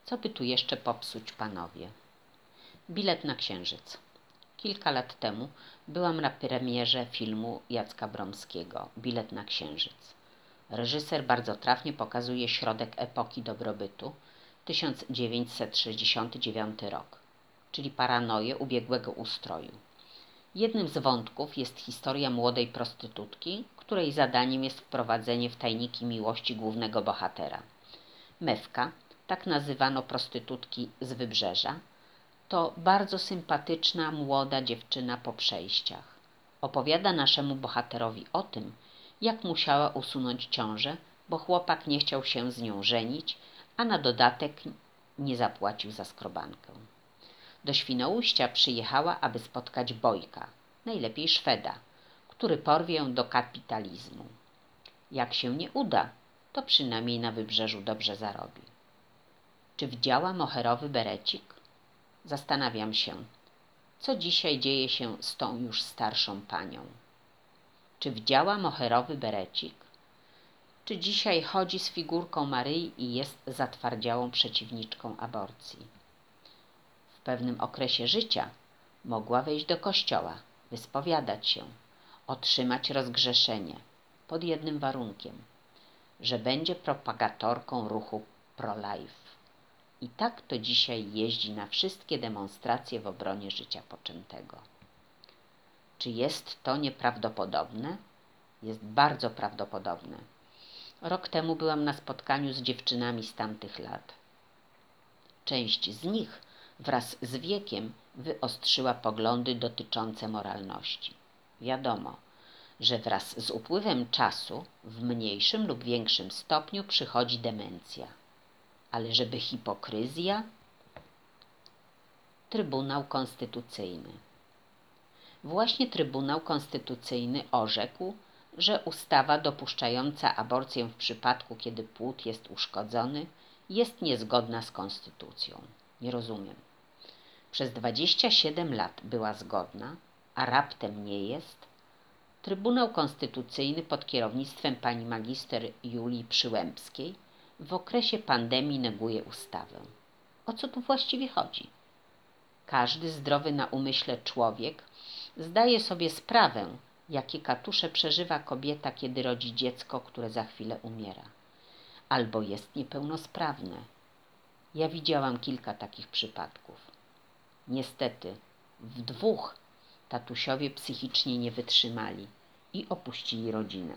Co by tu jeszcze popsuć, panowie? Bilet na Księżyc. Kilka lat temu byłam na premierze filmu Jacka Bromskiego Bilet na Księżyc. Reżyser bardzo trafnie pokazuje środek epoki dobrobytu, 1969 rok, czyli paranoję ubiegłego ustroju. Jednym z wątków jest historia młodej prostytutki, której zadaniem jest wprowadzenie w tajniki miłości głównego bohatera. Mewka, tak nazywano prostytutki z Wybrzeża, to bardzo sympatyczna, młoda dziewczyna po przejściach. Opowiada naszemu bohaterowi o tym, jak musiała usunąć ciążę, bo chłopak nie chciał się z nią żenić, a na dodatek nie zapłacił za skrobankę. Do Świnoujścia przyjechała, aby spotkać Bojka, najlepiej Szweda, który porwie ją do kapitalizmu. Jak się nie uda, to przynajmniej na Wybrzeżu dobrze zarobi. Czy wdziała moherowy berecik? Zastanawiam się, co dzisiaj dzieje się z tą już starszą panią. Czy wdziała moherowy berecik? Czy dzisiaj chodzi z figurką Maryi i jest zatwardziałą przeciwniczką aborcji? W pewnym okresie życia mogła wejść do kościoła, wyspowiadać się, otrzymać rozgrzeszenie, pod jednym warunkiem, że będzie propagatorką ruchu pro-life. I tak to dzisiaj jeździ na wszystkie demonstracje w obronie życia poczętego. Czy jest to nieprawdopodobne? Jest bardzo prawdopodobne. Rok temu byłam na spotkaniu z dziewczynami z tamtych lat. Część z nich wraz z wiekiem wyostrzyła poglądy dotyczące moralności. Wiadomo, że wraz z upływem czasu w mniejszym lub większym stopniu przychodzi demencja. Ale żeby hipokryzja? Trybunał Konstytucyjny. Właśnie Trybunał Konstytucyjny orzekł, że ustawa dopuszczająca aborcję w przypadku, kiedy płód jest uszkodzony, jest niezgodna z konstytucją. Nie rozumiem. Przez 27 lat była zgodna, a raptem nie jest? Trybunał Konstytucyjny pod kierownictwem pani magister Julii Przyłębskiej w okresie pandemii neguje ustawę. O co tu właściwie chodzi? Każdy zdrowy na umyśle człowiek zdaje sobie sprawę, jakie katusze przeżywa kobieta, kiedy rodzi dziecko, które za chwilę umiera. Albo jest niepełnosprawne. Ja widziałam kilka takich przypadków. Niestety, w 2 tatusiowie psychicznie nie wytrzymali i opuścili rodzinę.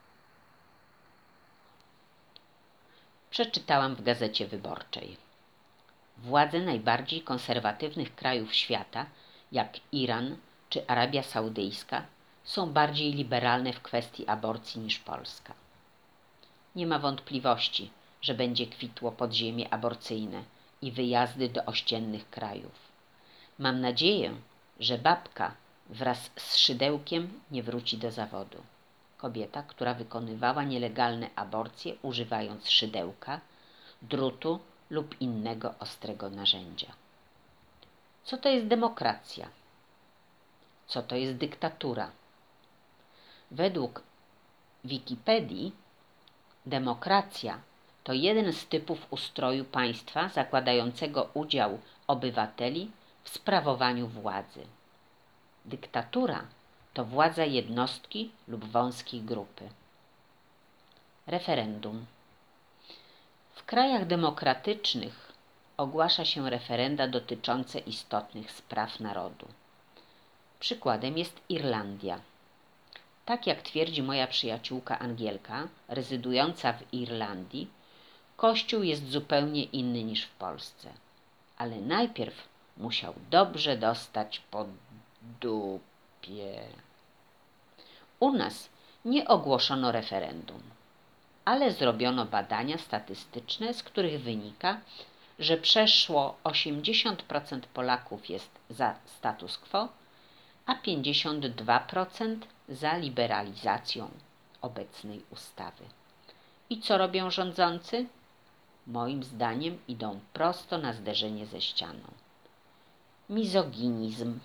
Przeczytałam w Gazecie Wyborczej. Władze najbardziej konserwatywnych krajów świata, jak Iran czy Arabia Saudyjska, są bardziej liberalne w kwestii aborcji niż Polska. Nie ma wątpliwości, że będzie kwitło podziemie aborcyjne i wyjazdy do ościennych krajów. Mam nadzieję, że babka wraz z szydełkiem nie wróci do zawodu. Kobieta, która wykonywała nielegalne aborcje używając szydełka, drutu lub innego ostrego narzędzia. Co to jest demokracja? Co to jest dyktatura? Według Wikipedii demokracja to jeden z typów ustroju państwa zakładającego udział obywateli w sprawowaniu władzy. Dyktatura to władza jednostki lub wąskiej grupy. Referendum. W krajach demokratycznych ogłasza się referenda dotyczące istotnych spraw narodu. Przykładem jest Irlandia. Tak jak twierdzi moja przyjaciółka Angielka, rezydująca w Irlandii, Kościół jest zupełnie inny niż w Polsce. Ale najpierw musiał dobrze dostać po dupie. U nas nie ogłoszono referendum, ale zrobiono badania statystyczne, z których wynika, że przeszło 80% Polaków jest za status quo, a 52% za liberalizacją obecnej ustawy. I co robią rządzący? Moim zdaniem idą prosto na zderzenie ze ścianą. Mizoginizm.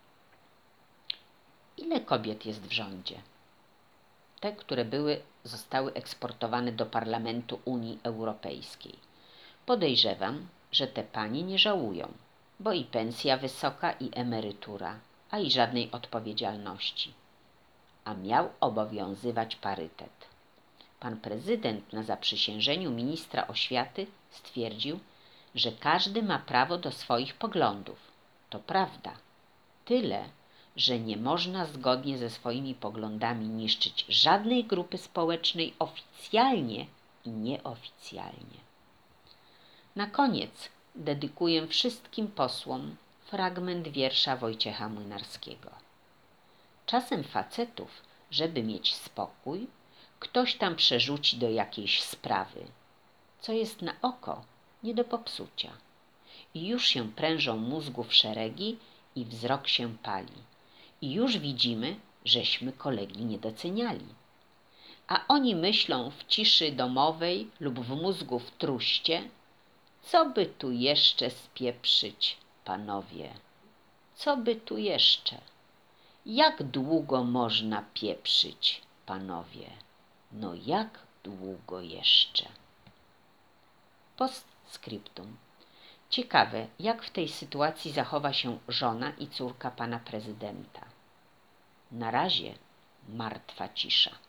Ile kobiet jest w rządzie? Te, które zostały eksportowane do Parlamentu Unii Europejskiej. Podejrzewam, że te panie nie żałują, bo i pensja wysoka, i emerytura, a i żadnej odpowiedzialności. A miał obowiązywać parytet. Pan prezydent na zaprzysiężeniu ministra oświaty stwierdził, że każdy ma prawo do swoich poglądów. To prawda. Tyle, że nie można zgodnie ze swoimi poglądami niszczyć żadnej grupy społecznej oficjalnie i nieoficjalnie. Na koniec dedykuję wszystkim posłom fragment wiersza Wojciecha Młynarskiego. Czasem facetów, żeby mieć spokój, ktoś tam przerzuci do jakiejś sprawy, co jest na oko nie do popsucia. I już się prężą mózgów szeregi i wzrok się pali. I już widzimy, żeśmy kolegi nie doceniali. A oni myślą w ciszy domowej lub w mózgu w truście, co by tu jeszcze spieprzyć, panowie? Co by tu jeszcze? Jak długo można pieprzyć, panowie? No jak długo jeszcze? Postscriptum. Ciekawe, jak w tej sytuacji zachowa się żona i córka pana prezydenta. Na razie martwa cisza.